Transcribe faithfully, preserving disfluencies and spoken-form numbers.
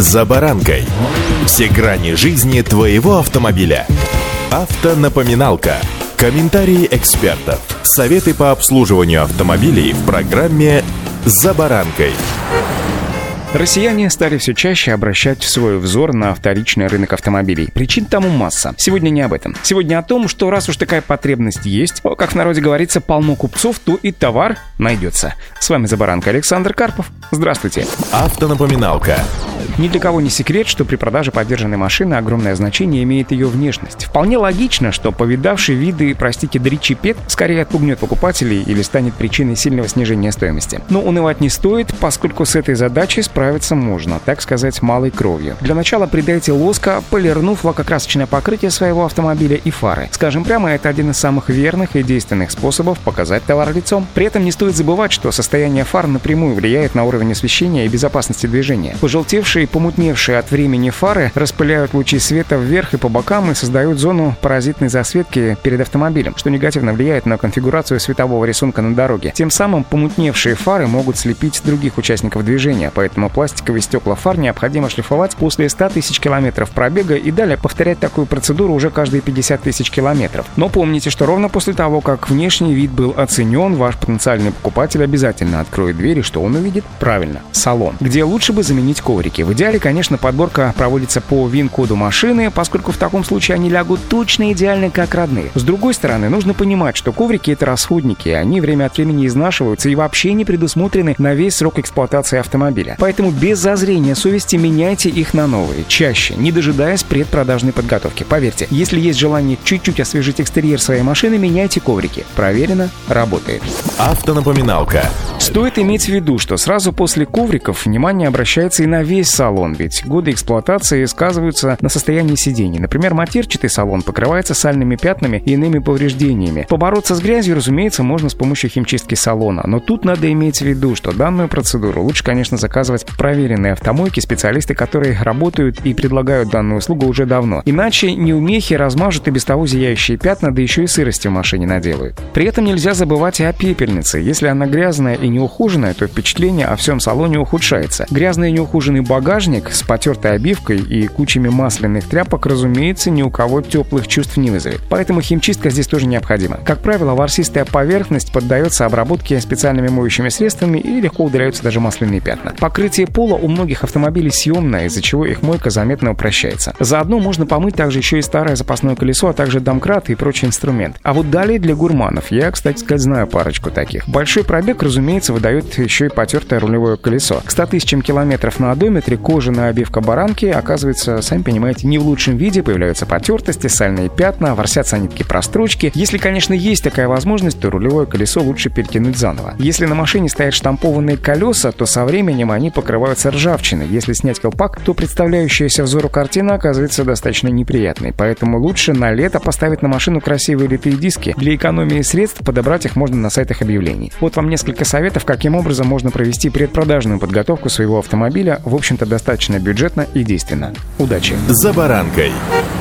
«За баранкой». Все грани жизни твоего автомобиля. Автонапоминалка. Комментарии экспертов. Советы по обслуживанию автомобилей в программе «За баранкой». Россияне стали все чаще обращать свой взор на вторичный рынок автомобилей. Причин тому масса. Сегодня не об этом. Сегодня о том, что раз уж такая потребность есть, как в народе говорится, полно купцов, то и товар найдется. С вами «За баранкой» Александр Карпов. Здравствуйте. Автонапоминалка. Ни для кого не секрет, что при продаже подержанной машины огромное значение имеет ее внешность. Вполне логично, что повидавший виды, простите, дричи-пет скорее отпугнет покупателей или станет причиной сильного снижения стоимости. Но унывать не стоит, поскольку с этой задачей справиться можно, так сказать, малой кровью. Для начала придайте лоска, полирнув лакокрасочное покрытие своего автомобиля и фары. Скажем прямо, это один из самых верных и действенных способов показать товар лицом. При этом не стоит забывать, что состояние фар напрямую влияет на уровень освещения и безопасности движения. Пожелтевшие и помутневшие от времени фары распыляют лучи света вверх и по бокам и создают зону паразитной засветки перед автомобилем, что негативно влияет на конфигурацию светового рисунка на дороге. Тем самым помутневшие фары могут слепить других участников движения, поэтому пластиковые стекла фар необходимо шлифовать после ста тысяч километров пробега и далее повторять такую процедуру уже каждые пятьдесят тысяч километров. Но помните, что ровно после того, как внешний вид был оценен, ваш потенциальный покупатель обязательно откроет двери, что он увидит? Правильно, салон, где лучше бы заменить коврики. В идеале, конечно, подборка проводится по ВИН-коду машины, поскольку в таком случае они лягут точно идеально как родные. С другой стороны, нужно понимать, что коврики — это расходники, они время от времени изнашиваются и вообще не предусмотрены на весь срок эксплуатации автомобиля. Поэтому без зазрения совести меняйте их на новые, чаще, не дожидаясь предпродажной подготовки. Поверьте, если есть желание чуть-чуть освежить экстерьер своей машины, меняйте коврики. Проверено, работает. Автонапоминалка. Стоит иметь в виду, что сразу после ковриков внимание обращается и на весь салон, ведь годы эксплуатации сказываются на состоянии сидений. Например, матерчатый салон покрывается сальными пятнами и иными повреждениями. Побороться с грязью, разумеется, можно с помощью химчистки салона, но тут надо иметь в виду, что данную процедуру лучше, конечно, заказывать в проверенные автомойки, специалисты, которые работают и предлагают данную услугу уже давно. Иначе неумехи размажут и без того зияющие пятна, да еще и сырости в машине наделают. При этом нельзя забывать и о пепельнице. Если она грязная и неухоженная, то впечатление о всем салоне ухудшается. Грязный и неухоженный багажник с потертой обивкой и кучами масляных тряпок, разумеется, ни у кого теплых чувств не вызовет. Поэтому химчистка здесь тоже необходима. Как правило, ворсистая поверхность поддается обработке специальными моющими средствами и легко удаляются даже масляные пятна. Покрытие пола у многих автомобилей съемное, из-за чего их мойка заметно упрощается. Заодно можно помыть также еще и старое запасное колесо, а также домкрат и прочий инструмент. А вот далее для гурманов. Я, кстати сказать, знаю парочку таких. Большой пробег, разумеется, выдает еще и потертое рулевое колесо. К ста тысячам километров на одометре кожаная обивка баранки оказывается, сами понимаете, не в лучшем виде, появляются потертости, сальные пятна, ворсятся нитки прострочки. Если, конечно, есть такая возможность, то рулевое колесо лучше перетянуть заново. Если на машине стоят штампованные колеса, то со временем они покрываются ржавчиной. Если снять колпак, то представляющаяся взору картина оказывается достаточно неприятной. Поэтому лучше на лето поставить на машину красивые литые диски. Для экономии средств подобрать их можно на сайтах объявлений. Вот вам несколько советов, каким образом можно провести предпродажную подготовку своего автомобиля, в общем-то, достаточно бюджетно и действенно. Удачи! «За баранкой».